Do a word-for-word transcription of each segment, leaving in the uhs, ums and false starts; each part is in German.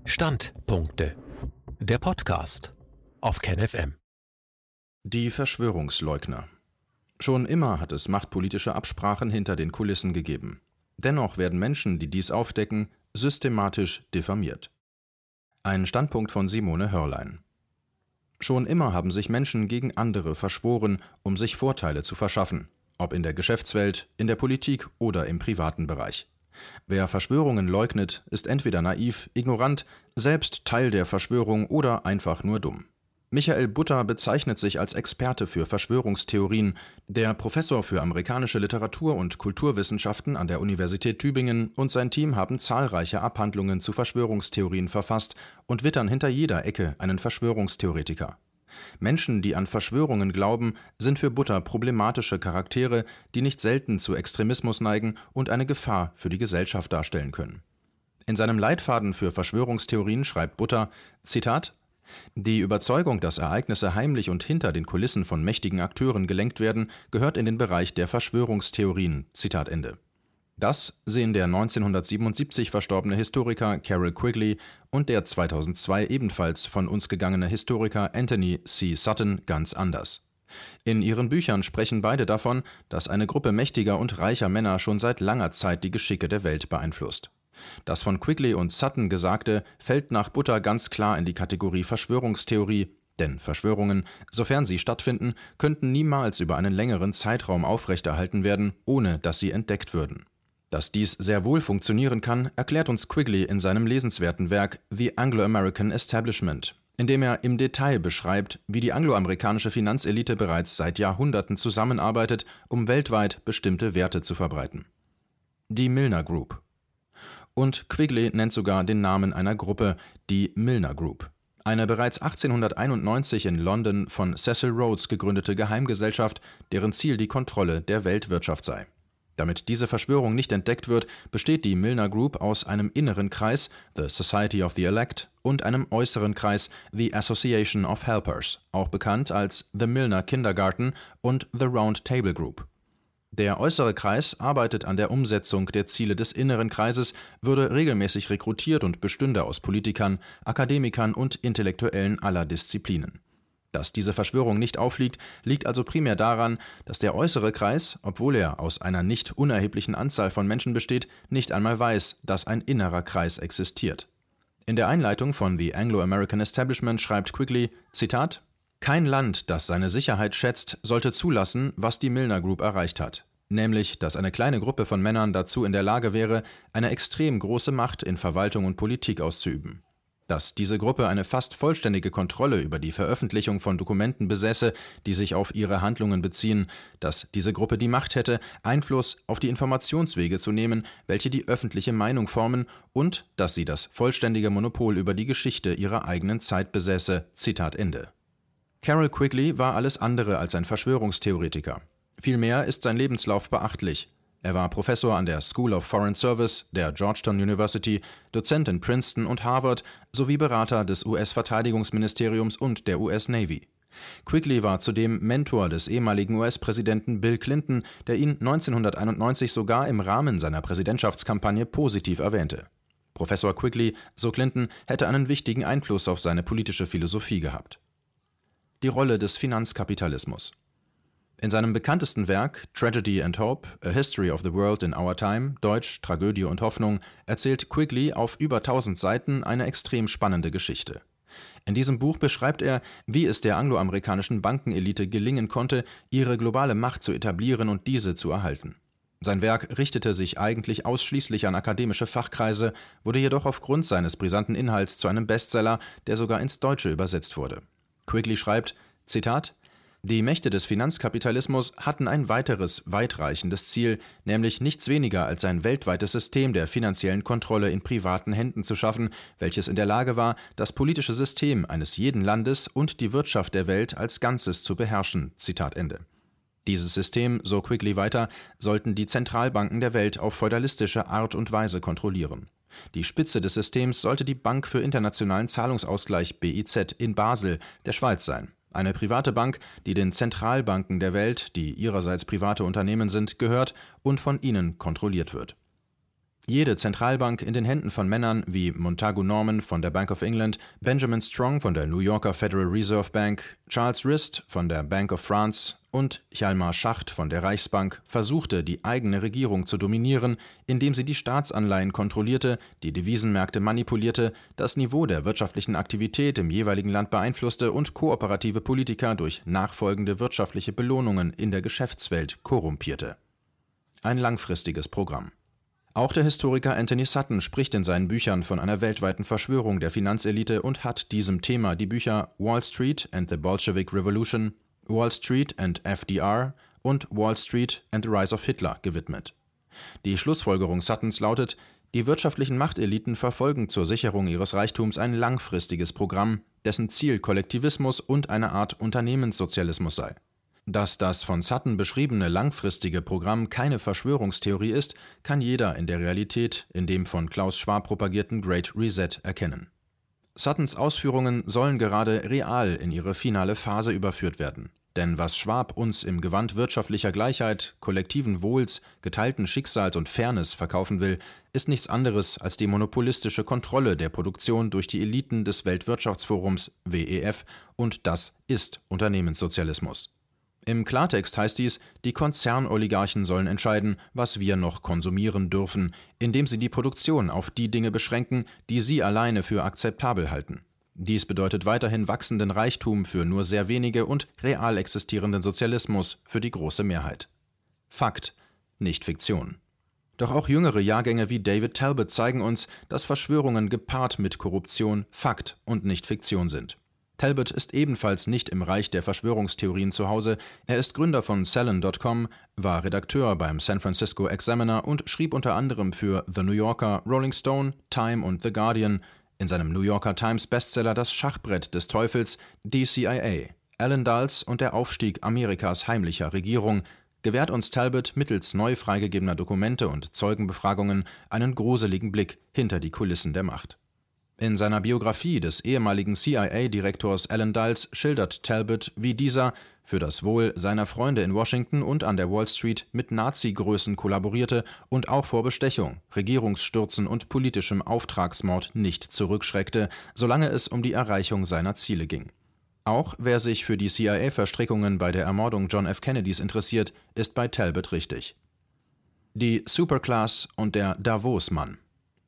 Standpunkte. Der Podcast auf KenFM. Die Verschwörungsleugner. Schon immer hat es machtpolitische Absprachen hinter den Kulissen gegeben. Dennoch werden Menschen, die dies aufdecken, systematisch diffamiert. Ein Standpunkt von Simone Hörlein. Schon immer haben sich Menschen gegen andere verschworen, um sich Vorteile zu verschaffen, ob in der Geschäftswelt, in der Politik oder im privaten Bereich. Wer Verschwörungen leugnet, ist entweder naiv, ignorant, selbst Teil der Verschwörung oder einfach nur dumm. Michael Butter bezeichnet sich als Experte für Verschwörungstheorien. Der Professor für amerikanische Literatur und Kulturwissenschaften an der Universität Tübingen und sein Team haben zahlreiche Abhandlungen zu Verschwörungstheorien verfasst und wittern hinter jeder Ecke einen Verschwörungstheoretiker. Menschen, die an Verschwörungen glauben, sind für Butter problematische Charaktere, die nicht selten zu Extremismus neigen und eine Gefahr für die Gesellschaft darstellen können. In seinem Leitfaden für Verschwörungstheorien schreibt Butter, Zitat, die Überzeugung, dass Ereignisse heimlich und hinter den Kulissen von mächtigen Akteuren gelenkt werden, gehört in den Bereich der Verschwörungstheorien. Zitat Ende. Das sehen der neunzehnhundertsiebenundsiebzig verstorbene Historiker Carroll Quigley und der zweitausendzwei ebenfalls von uns gegangene Historiker Anthony C. Sutton ganz anders. In ihren Büchern sprechen beide davon, dass eine Gruppe mächtiger und reicher Männer schon seit langer Zeit die Geschicke der Welt beeinflusst. Das von Quigley und Sutton Gesagte fällt nach Butter ganz klar in die Kategorie Verschwörungstheorie, denn Verschwörungen, sofern sie stattfinden, könnten niemals über einen längeren Zeitraum aufrechterhalten werden, ohne dass sie entdeckt würden. Dass dies sehr wohl funktionieren kann, erklärt uns Quigley in seinem lesenswerten Werk The Anglo-American Establishment, in dem er im Detail beschreibt, wie die angloamerikanische Finanzelite bereits seit Jahrhunderten zusammenarbeitet, um weltweit bestimmte Werte zu verbreiten. Die Milner Group. Und Quigley nennt sogar den Namen einer Gruppe, die Milner Group. Eine bereits achtzehnhunderteinundneunzig in London von Cecil Rhodes gegründete Geheimgesellschaft, deren Ziel die Kontrolle der Weltwirtschaft sei. Damit diese Verschwörung nicht entdeckt wird, besteht die Milner Group aus einem inneren Kreis, The Society of the Elect, und einem äußeren Kreis, The Association of Helpers, auch bekannt als The Milner Kindergarten und The Round Table Group. Der äußere Kreis arbeitet an der Umsetzung der Ziele des inneren Kreises, würde regelmäßig rekrutiert und bestünde aus Politikern, Akademikern und Intellektuellen aller Disziplinen. Dass diese Verschwörung nicht auffliegt, liegt also primär daran, dass der äußere Kreis, obwohl er aus einer nicht unerheblichen Anzahl von Menschen besteht, nicht einmal weiß, dass ein innerer Kreis existiert. In der Einleitung von The Anglo-American Establishment schreibt Quigley, Zitat, kein Land, das seine Sicherheit schätzt, sollte zulassen, was die Milner Group erreicht hat. Nämlich, dass eine kleine Gruppe von Männern dazu in der Lage wäre, eine extrem große Macht in Verwaltung und Politik auszuüben. Dass diese Gruppe eine fast vollständige Kontrolle über die Veröffentlichung von Dokumenten besäße, die sich auf ihre Handlungen beziehen, dass diese Gruppe die Macht hätte, Einfluss auf die Informationswege zu nehmen, welche die öffentliche Meinung formen, und dass sie das vollständige Monopol über die Geschichte ihrer eigenen Zeit besäße. Zitat Ende. Carroll Quigley war alles andere als ein Verschwörungstheoretiker. Vielmehr ist sein Lebenslauf beachtlich. Er war Professor an der School of Foreign Service der Georgetown University, Dozent in Princeton und Harvard sowie Berater des U S-Verteidigungsministeriums und der U S Navy. Quigley war zudem Mentor des ehemaligen U S-Präsidenten Bill Clinton, der ihn neunzehnhunderteinundneunzig sogar im Rahmen seiner Präsidentschaftskampagne positiv erwähnte. Professor Quigley, so Clinton, hätte einen wichtigen Einfluss auf seine politische Philosophie gehabt. Die Rolle des Finanzkapitalismus. In seinem bekanntesten Werk Tragedy and Hope, A History of the World in Our Time, Deutsch Tragödie und Hoffnung, erzählt Quigley auf über tausend Seiten eine extrem spannende Geschichte. In diesem Buch beschreibt er, wie es der angloamerikanischen Bankenelite gelingen konnte, ihre globale Macht zu etablieren und diese zu erhalten. Sein Werk richtete sich eigentlich ausschließlich an akademische Fachkreise, wurde jedoch aufgrund seines brisanten Inhalts zu einem Bestseller, der sogar ins Deutsche übersetzt wurde. Quigley schreibt, Zitat, die Mächte des Finanzkapitalismus hatten ein weiteres, weitreichendes Ziel, nämlich nichts weniger als ein weltweites System der finanziellen Kontrolle in privaten Händen zu schaffen, welches in der Lage war, das politische System eines jeden Landes und die Wirtschaft der Welt als Ganzes zu beherrschen. Zitat Ende. Dieses System, so Quigley weiter, sollten die Zentralbanken der Welt auf feudalistische Art und Weise kontrollieren. Die Spitze des Systems sollte die Bank für internationalen Zahlungsausgleich B I Z in Basel, der Schweiz sein. Eine private Bank, die den Zentralbanken der Welt, die ihrerseits private Unternehmen sind, gehört und von ihnen kontrolliert wird. Jede Zentralbank in den Händen von Männern wie Montagu Norman von der Bank of England, Benjamin Strong von der New Yorker Federal Reserve Bank, Charles Rist von der Bank of France und Hjalmar Schacht von der Reichsbank versuchte, die eigene Regierung zu dominieren, indem sie die Staatsanleihen kontrollierte, die Devisenmärkte manipulierte, das Niveau der wirtschaftlichen Aktivität im jeweiligen Land beeinflusste und kooperative Politiker durch nachfolgende wirtschaftliche Belohnungen in der Geschäftswelt korrumpierte. Ein langfristiges Programm. Auch der Historiker Anthony Sutton spricht in seinen Büchern von einer weltweiten Verschwörung der Finanzelite und hat diesem Thema die Bücher Wall Street and the Bolshevik Revolution, Wall Street and F D R und Wall Street and the Rise of Hitler gewidmet. Die Schlussfolgerung Suttons lautet, die wirtschaftlichen Machteliten verfolgen zur Sicherung ihres Reichtums ein langfristiges Programm, dessen Ziel Kollektivismus und eine Art Unternehmenssozialismus sei. Dass das von Sutton beschriebene langfristige Programm keine Verschwörungstheorie ist, kann jeder in der Realität, in dem von Klaus Schwab propagierten Great Reset, erkennen. Suttons Ausführungen sollen gerade real in ihre finale Phase überführt werden. Denn was Schwab uns im Gewand wirtschaftlicher Gleichheit, kollektiven Wohls, geteilten Schicksals und Fairness verkaufen will, ist nichts anderes als die monopolistische Kontrolle der Produktion durch die Eliten des Weltwirtschaftsforums W E F, und das ist Unternehmenssozialismus. Im Klartext heißt dies, die Konzernoligarchen sollen entscheiden, was wir noch konsumieren dürfen, indem sie die Produktion auf die Dinge beschränken, die sie alleine für akzeptabel halten. Dies bedeutet weiterhin wachsenden Reichtum für nur sehr wenige und real existierenden Sozialismus für die große Mehrheit. Fakt, nicht Fiktion. Doch auch jüngere Jahrgänge wie David Talbot zeigen uns, dass Verschwörungen gepaart mit Korruption Fakt und nicht Fiktion sind. Talbot ist ebenfalls nicht im Reich der Verschwörungstheorien zu Hause. Er ist Gründer von Salon Punkt com, war Redakteur beim San Francisco Examiner und schrieb unter anderem für The New Yorker, Rolling Stone, Time und The Guardian, in seinem New Yorker Times Bestseller Das Schachbrett des Teufels, die C I A, Allen Dulles und der Aufstieg Amerikas heimlicher Regierung, gewährt uns Talbot mittels neu freigegebener Dokumente und Zeugenbefragungen einen gruseligen Blick hinter die Kulissen der Macht. In seiner Biografie des ehemaligen C I A-Direktors Allen Dulles schildert Talbot, wie dieser für das Wohl seiner Freunde in Washington und an der Wall Street mit Nazi-Größen kollaborierte und auch vor Bestechung, Regierungsstürzen und politischem Auftragsmord nicht zurückschreckte, solange es um die Erreichung seiner Ziele ging. Auch wer sich für die C I A-Verstrickungen bei der Ermordung John F. Kennedys interessiert, ist bei Talbot richtig. Die Superclass und der Davos-Mann.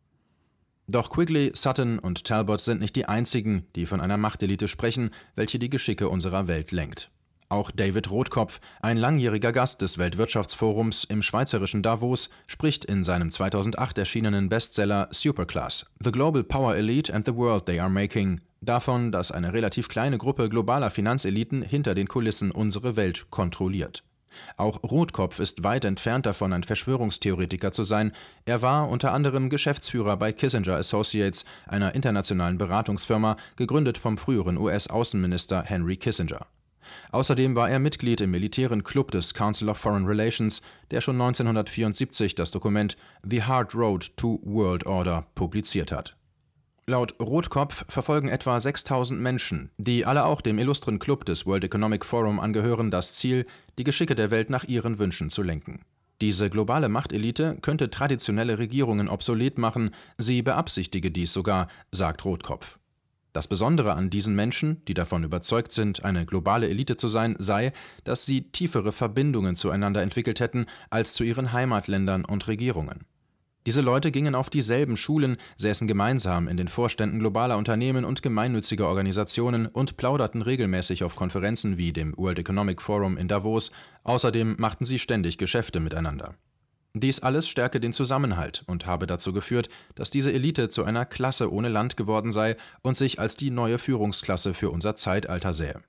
Doch Quigley, Sutton und Talbot sind nicht die einzigen, die von einer Machtelite sprechen, welche die Geschicke unserer Welt lenkt. Auch David Rotkopf, ein langjähriger Gast des Weltwirtschaftsforums im schweizerischen Davos, spricht in seinem zweitausendacht erschienenen Bestseller Superclass, The Global Power Elite and the World They Are Making, davon, dass eine relativ kleine Gruppe globaler Finanzeliten hinter den Kulissen unsere Welt kontrolliert. Auch Rotkopf ist weit entfernt davon, ein Verschwörungstheoretiker zu sein. Er war unter anderem Geschäftsführer bei Kissinger Associates, einer internationalen Beratungsfirma, gegründet vom früheren U S-Außenminister Henry Kissinger. Außerdem war er Mitglied im elitären Club des Council of Foreign Relations, der schon neunzehnhundertvierundsiebzig das Dokument The Hard Road to World Order publiziert hat. Laut Rotkopf verfolgen etwa sechstausend Menschen, die alle auch dem illustren Club des World Economic Forum angehören, das Ziel, die Geschicke der Welt nach ihren Wünschen zu lenken. Diese globale Machtelite könnte traditionelle Regierungen obsolet machen, sie beabsichtige dies sogar, sagt Rotkopf. Das Besondere an diesen Menschen, die davon überzeugt sind, eine globale Elite zu sein, sei, dass sie tiefere Verbindungen zueinander entwickelt hätten als zu ihren Heimatländern und Regierungen. Diese Leute gingen auf dieselben Schulen, säßen gemeinsam in den Vorständen globaler Unternehmen und gemeinnütziger Organisationen und plauderten regelmäßig auf Konferenzen wie dem World Economic Forum in Davos. Außerdem machten sie ständig Geschäfte miteinander. Dies alles stärke den Zusammenhalt und habe dazu geführt, dass diese Elite zu einer Klasse ohne Land geworden sei und sich als die neue Führungsklasse für unser Zeitalter sähe.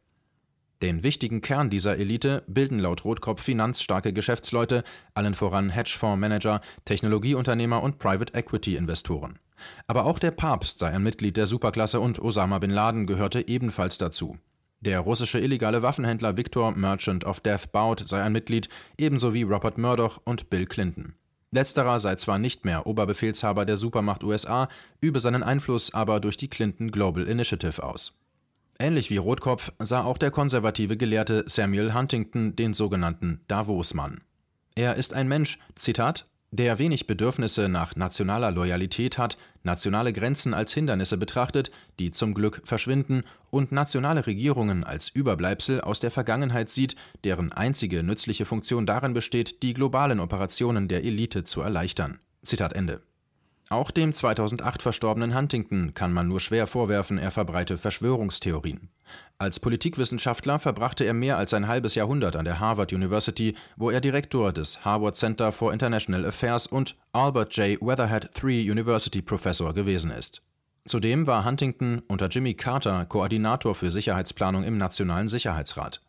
Den wichtigen Kern dieser Elite bilden laut Rotkopf finanzstarke Geschäftsleute, allen voran Hedgefondsmanager, Technologieunternehmer und Private-Equity-Investoren. Aber auch der Papst sei ein Mitglied der Superklasse und Osama bin Laden gehörte ebenfalls dazu. Der russische illegale Waffenhändler Victor Merchant of Death Bout sei ein Mitglied, ebenso wie Robert Murdoch und Bill Clinton. Letzterer sei zwar nicht mehr Oberbefehlshaber der Supermacht U S A, übe seinen Einfluss aber durch die Clinton Global Initiative aus. Ähnlich wie Rotkopf sah auch der konservative Gelehrte Samuel Huntington den sogenannten Davos-Mann. Er ist ein Mensch, Zitat, Der wenig Bedürfnisse nach nationaler Loyalität hat, nationale Grenzen als Hindernisse betrachtet, die zum Glück verschwinden, und nationale Regierungen als Überbleibsel aus der Vergangenheit sieht, deren einzige nützliche Funktion darin besteht, die globalen Operationen der Elite zu erleichtern. Zitat Ende. Auch dem zweitausendacht verstorbenen Huntington kann man nur schwer vorwerfen, er verbreite Verschwörungstheorien. Als Politikwissenschaftler verbrachte er mehr als ein halbes Jahrhundert an der Harvard University, wo er Direktor des Harvard Center for International Affairs und Albert J. Weatherhead der dritte University Professor gewesen ist. Zudem war Huntington unter Jimmy Carter Koordinator für Sicherheitsplanung im Nationalen Sicherheitsrat.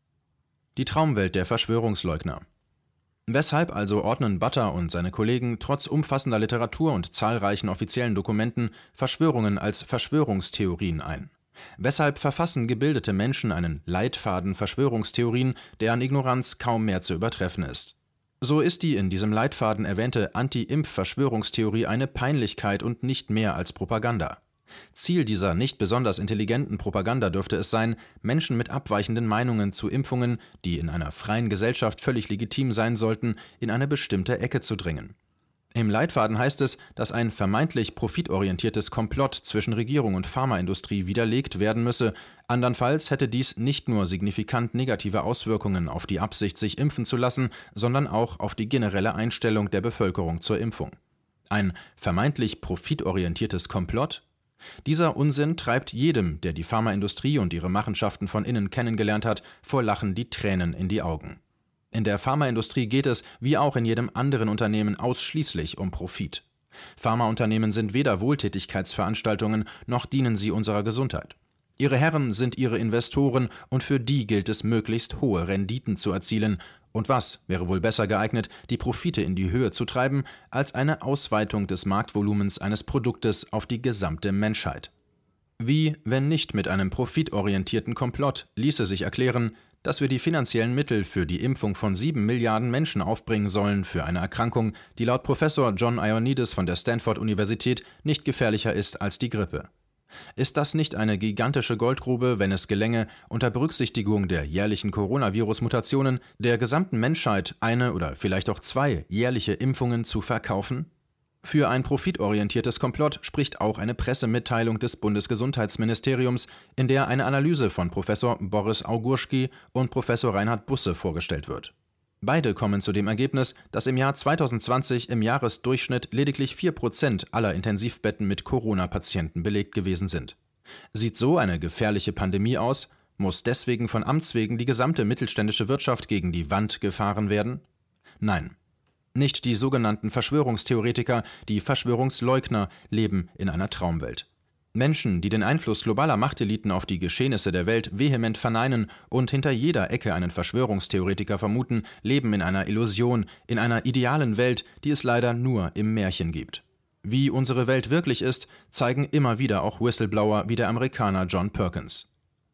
Die Traumwelt der Verschwörungsleugner. Weshalb also ordnen Butter und seine Kollegen trotz umfassender Literatur und zahlreichen offiziellen Dokumenten Verschwörungen als Verschwörungstheorien ein? Weshalb verfassen gebildete Menschen einen Leitfaden Verschwörungstheorien, der an Ignoranz kaum mehr zu übertreffen ist? So ist die in diesem Leitfaden erwähnte Anti-Impf-Verschwörungstheorie eine Peinlichkeit und nicht mehr als Propaganda. Ziel dieser nicht besonders intelligenten Propaganda dürfte es sein, Menschen mit abweichenden Meinungen zu Impfungen, die in einer freien Gesellschaft völlig legitim sein sollten, in eine bestimmte Ecke zu drängen. Im Leitfaden heißt es, dass ein vermeintlich profitorientiertes Komplott zwischen Regierung und Pharmaindustrie widerlegt werden müsse, andernfalls hätte dies nicht nur signifikant negative Auswirkungen auf die Absicht, sich impfen zu lassen, sondern auch auf die generelle Einstellung der Bevölkerung zur Impfung. Ein vermeintlich profitorientiertes Komplott? Dieser Unsinn treibt jedem, der die Pharmaindustrie und ihre Machenschaften von innen kennengelernt hat, vor Lachen die Tränen in die Augen. In der Pharmaindustrie geht es, wie auch in jedem anderen Unternehmen, ausschließlich um Profit. Pharmaunternehmen sind weder Wohltätigkeitsveranstaltungen, noch dienen sie unserer Gesundheit. Ihre Herren sind ihre Investoren und für die gilt es, möglichst hohe Renditen zu erzielen. Und was wäre wohl besser geeignet, die Profite in die Höhe zu treiben, als eine Ausweitung des Marktvolumens eines Produktes auf die gesamte Menschheit? Wie, wenn nicht mit einem profitorientierten Komplott, ließe sich erklären, dass wir die finanziellen Mittel für die Impfung von sieben Milliarden Menschen aufbringen sollen für eine Erkrankung, die laut Professor John Ioannidis von der Stanford-Universität nicht gefährlicher ist als die Grippe. Ist das nicht eine gigantische Goldgrube, wenn es gelänge, unter Berücksichtigung der jährlichen Coronavirus-Mutationen der gesamten Menschheit eine oder vielleicht auch zwei jährliche Impfungen zu verkaufen? Für ein profitorientiertes Komplott spricht auch eine Pressemitteilung des Bundesgesundheitsministeriums, in der eine Analyse von Professor Boris Augurschki und Professor Reinhard Busse vorgestellt wird. Beide kommen zu dem Ergebnis, dass im Jahr zweitausendzwanzig im Jahresdurchschnitt lediglich vier Prozent aller Intensivbetten mit Corona-Patienten belegt gewesen sind. Sieht so eine gefährliche Pandemie aus? Muss deswegen von Amts wegen die gesamte mittelständische Wirtschaft gegen die Wand gefahren werden? Nein. Nicht die sogenannten Verschwörungstheoretiker, die Verschwörungsleugner leben in einer Traumwelt. Menschen, die den Einfluss globaler Machteliten auf die Geschehnisse der Welt vehement verneinen und hinter jeder Ecke einen Verschwörungstheoretiker vermuten, leben in einer Illusion, in einer idealen Welt, die es leider nur im Märchen gibt. Wie unsere Welt wirklich ist, zeigen immer wieder auch Whistleblower wie der Amerikaner John Perkins.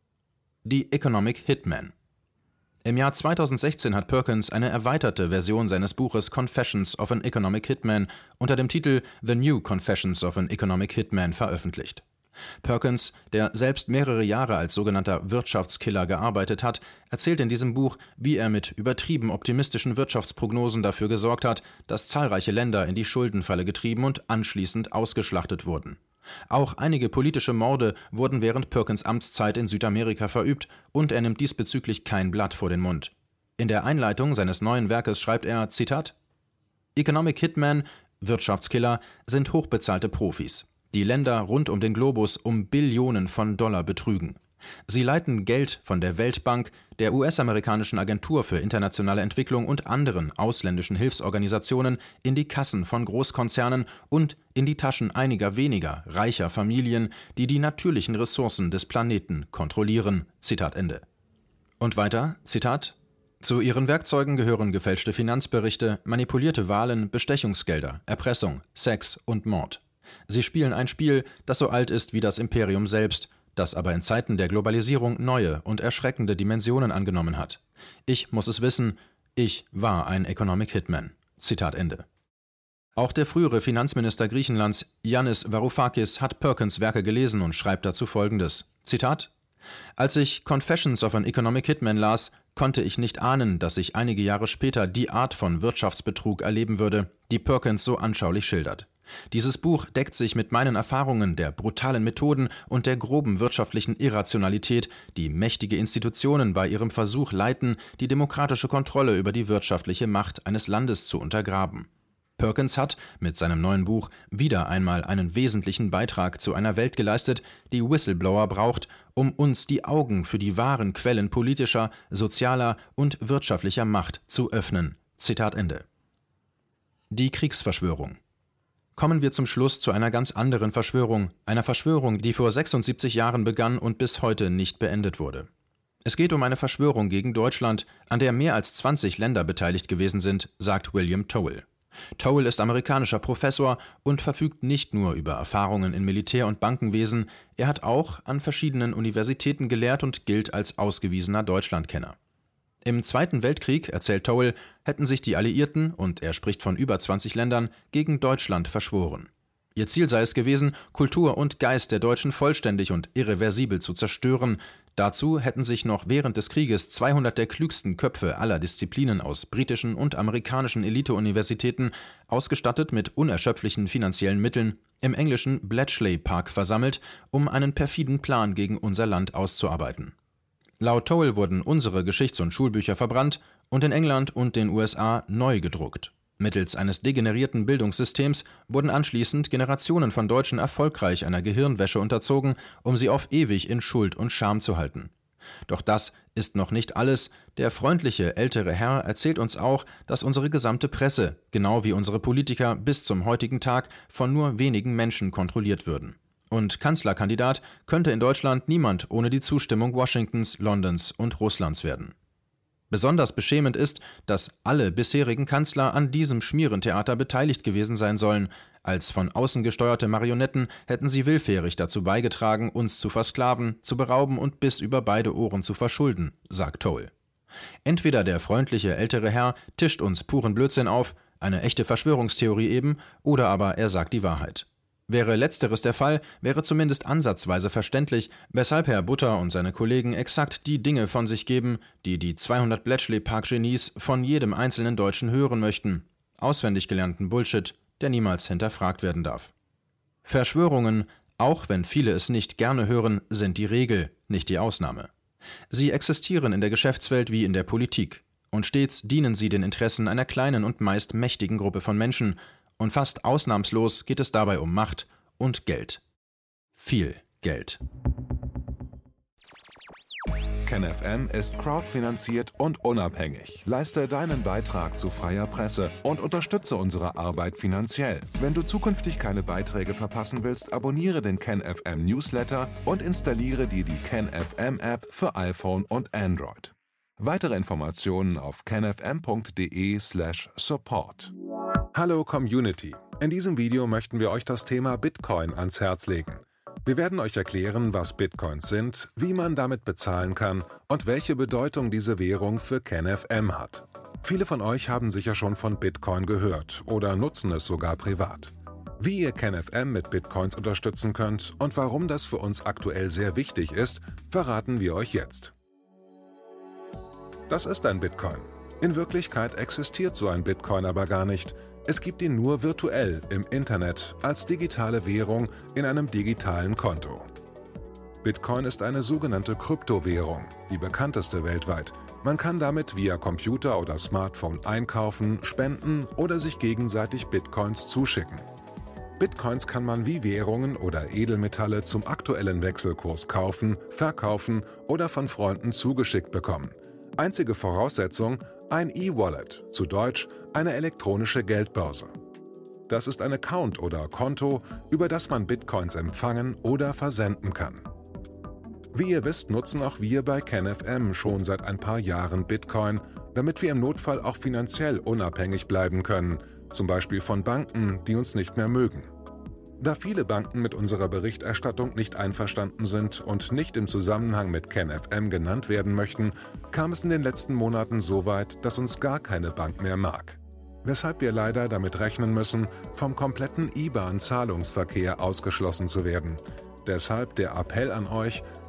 Die Economic Hitman. Im Jahr zweitausendsechzehn hat Perkins eine erweiterte Version seines Buches Confessions of an Economic Hitman unter dem Titel The New Confessions of an Economic Hitman veröffentlicht. Perkins, der selbst mehrere Jahre als sogenannter Wirtschaftskiller gearbeitet hat, erzählt in diesem Buch, wie er mit übertrieben optimistischen Wirtschaftsprognosen dafür gesorgt hat, dass zahlreiche Länder in die Schuldenfalle getrieben und anschließend ausgeschlachtet wurden. Auch einige politische Morde wurden während Perkins' Amtszeit in Südamerika verübt und er nimmt diesbezüglich kein Blatt vor den Mund. In der Einleitung seines neuen Werkes schreibt er, Zitat, Economic Hitman, Wirtschaftskiller, sind hochbezahlte Profis, die Länder rund um den Globus um Billionen von Dollar betrügen. Sie leiten Geld von der Weltbank, der U S-amerikanischen Agentur für internationale Entwicklung und anderen ausländischen Hilfsorganisationen in die Kassen von Großkonzernen und in die Taschen einiger weniger reicher Familien, die die natürlichen Ressourcen des Planeten kontrollieren. Zitat Ende. Und weiter, Zitat, zu ihren Werkzeugen gehören gefälschte Finanzberichte, manipulierte Wahlen, Bestechungsgelder, Erpressung, Sex und Mord. Sie spielen ein Spiel, das so alt ist wie das Imperium selbst, das aber in Zeiten der Globalisierung neue und erschreckende Dimensionen angenommen hat. Ich muss es wissen, ich war ein Economic Hitman. Zitat Ende. Auch der frühere Finanzminister Griechenlands, Yannis Varoufakis, hat Perkins' Werke gelesen und schreibt dazu Folgendes. Zitat: Als ich Confessions of an Economic Hitman las, konnte ich nicht ahnen, dass ich einige Jahre später die Art von Wirtschaftsbetrug erleben würde, die Perkins so anschaulich schildert. Dieses Buch deckt sich mit meinen Erfahrungen der brutalen Methoden und der groben wirtschaftlichen Irrationalität, die mächtige Institutionen bei ihrem Versuch leiten, die demokratische Kontrolle über die wirtschaftliche Macht eines Landes zu untergraben. Perkins hat mit seinem neuen Buch wieder einmal einen wesentlichen Beitrag zu einer Welt geleistet, die Whistleblower braucht, um uns die Augen für die wahren Quellen politischer, sozialer und wirtschaftlicher Macht zu öffnen. Zitat Ende. Die Kriegsverschwörung. Kommen wir zum Schluss zu einer ganz anderen Verschwörung, einer Verschwörung, die vor sechsundsiebzig Jahren begann und bis heute nicht beendet wurde. Es geht um eine Verschwörung gegen Deutschland, an der mehr als zwanzig Länder beteiligt gewesen sind, sagt William Towle. Towle ist amerikanischer Professor und verfügt nicht nur über Erfahrungen in Militär- und Bankenwesen, er hat auch an verschiedenen Universitäten gelehrt und gilt als ausgewiesener Deutschlandkenner. Im Zweiten Weltkrieg, erzählt Towle, hätten sich die Alliierten, und er spricht von über zwanzig Ländern, gegen Deutschland verschworen. Ihr Ziel sei es gewesen, Kultur und Geist der Deutschen vollständig und irreversibel zu zerstören. Dazu hätten sich noch während des Krieges zweihundert der klügsten Köpfe aller Disziplinen aus britischen und amerikanischen Elite-Universitäten, ausgestattet mit unerschöpflichen finanziellen Mitteln, im englischen Bletchley Park versammelt, um einen perfiden Plan gegen unser Land auszuarbeiten. Laut Towle wurden unsere Geschichts- und Schulbücher verbrannt und in England und den U S A neu gedruckt. Mittels eines degenerierten Bildungssystems wurden anschließend Generationen von Deutschen erfolgreich einer Gehirnwäsche unterzogen, um sie auf ewig in Schuld und Scham zu halten. Doch das ist noch nicht alles. Der freundliche ältere Herr erzählt uns auch, dass unsere gesamte Presse, genau wie unsere Politiker, bis zum heutigen Tag von nur wenigen Menschen kontrolliert würden. Und Kanzlerkandidat könnte in Deutschland niemand ohne die Zustimmung Washingtons, Londons und Russlands werden. Besonders beschämend ist, dass alle bisherigen Kanzler an diesem Schmierentheater beteiligt gewesen sein sollen. Als von außen gesteuerte Marionetten hätten sie willfährig dazu beigetragen, uns zu versklaven, zu berauben und bis über beide Ohren zu verschulden, sagt Towle. Entweder der freundliche ältere Herr tischt uns puren Blödsinn auf, eine echte Verschwörungstheorie eben, oder aber er sagt die Wahrheit. Wäre letzteres der Fall, wäre zumindest ansatzweise verständlich, weshalb Herr Butter und seine Kollegen exakt die Dinge von sich geben, die die zweihundert Bletchley-Park-Genies von jedem einzelnen Deutschen hören möchten. Auswendig gelernten Bullshit, der niemals hinterfragt werden darf. Verschwörungen, auch wenn viele es nicht gerne hören, sind die Regel, nicht die Ausnahme. Sie existieren in der Geschäftswelt wie in der Politik. Und stets dienen sie den Interessen einer kleinen und meist mächtigen Gruppe von Menschen. Und fast ausnahmslos geht es dabei um Macht und Geld. Viel Geld. KenFM ist crowdfinanziert und unabhängig. Leiste deinen Beitrag zu freier Presse und unterstütze unsere Arbeit finanziell. Wenn du zukünftig keine Beiträge verpassen willst, abonniere den KenFM Newsletter und installiere dir die KenFM App für iPhone und Android. Weitere Informationen auf kenfm.de slash support. Hallo Community! In diesem Video möchten wir euch das Thema Bitcoin ans Herz legen. Wir werden euch erklären, was Bitcoins sind, wie man damit bezahlen kann und welche Bedeutung diese Währung für KenFM hat. Viele von euch haben sicher schon von Bitcoin gehört oder nutzen es sogar privat. Wie ihr KenFM mit Bitcoins unterstützen könnt und warum das für uns aktuell sehr wichtig ist, verraten wir euch jetzt. Das ist ein Bitcoin. In Wirklichkeit existiert so ein Bitcoin aber gar nicht. Es gibt ihn nur virtuell im Internet als digitale Währung in einem digitalen Konto. Bitcoin ist eine sogenannte Kryptowährung, die bekannteste weltweit. Man kann damit via Computer oder Smartphone einkaufen, spenden oder sich gegenseitig Bitcoins zuschicken. Bitcoins kann man wie Währungen oder Edelmetalle zum aktuellen Wechselkurs kaufen, verkaufen oder von Freunden zugeschickt bekommen. Einzige Voraussetzung: ein E-Wallet, zu Deutsch eine elektronische Geldbörse. Das ist ein Account oder Konto, über das man Bitcoins empfangen oder versenden kann. Wie ihr wisst, nutzen auch wir bei KenFM schon seit ein paar Jahren Bitcoin, damit wir im Notfall auch finanziell unabhängig bleiben können, zum Beispiel von Banken, die uns nicht mehr mögen. Da viele Banken mit unserer Berichterstattung nicht einverstanden sind und nicht im Zusammenhang mit KenFM genannt werden möchten, kam es in den letzten Monaten so weit, dass uns gar keine Bank mehr mag. Weshalb wir leider damit rechnen müssen, vom kompletten I B A N-Zahlungsverkehr ausgeschlossen zu werden. Deshalb der Appell an euch,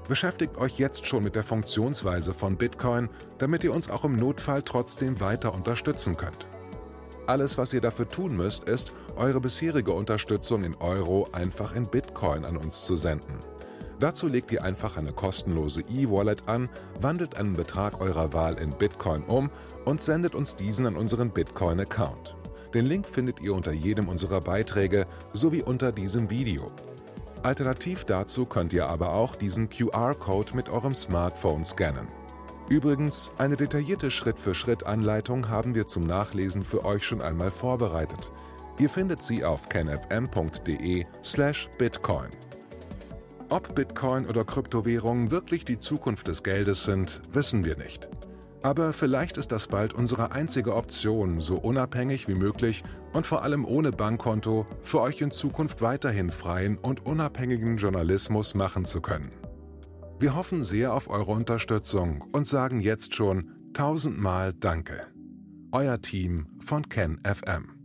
Beschäftigt euch jetzt schon mit der Funktionsweise von Bitcoin, damit ihr uns auch im Notfall trotzdem weiter unterstützen könnt. Alles, was ihr dafür tun müsst, ist, eure bisherige Unterstützung in Euro einfach in Bitcoin an uns zu senden. Dazu legt ihr einfach eine kostenlose E-Wallet an, wandelt einen Betrag eurer Wahl in Bitcoin um und sendet uns diesen an unseren Bitcoin-Account. Den Link findet ihr unter jedem unserer Beiträge sowie unter diesem Video. Alternativ dazu könnt ihr aber auch diesen Q R-Code mit eurem Smartphone scannen. Übrigens, eine detaillierte Schritt-für-Schritt-Anleitung haben wir zum Nachlesen für euch schon einmal vorbereitet. Ihr findet sie auf kenfm punkt de slash bitcoin. Ob Bitcoin oder Kryptowährungen wirklich die Zukunft des Geldes sind, wissen wir nicht. Aber vielleicht ist das bald unsere einzige Option, so unabhängig wie möglich und vor allem ohne Bankkonto für euch in Zukunft weiterhin freien und unabhängigen Journalismus machen zu können. Wir hoffen sehr auf eure Unterstützung und sagen jetzt schon tausendmal Danke. Euer Team von KenFM.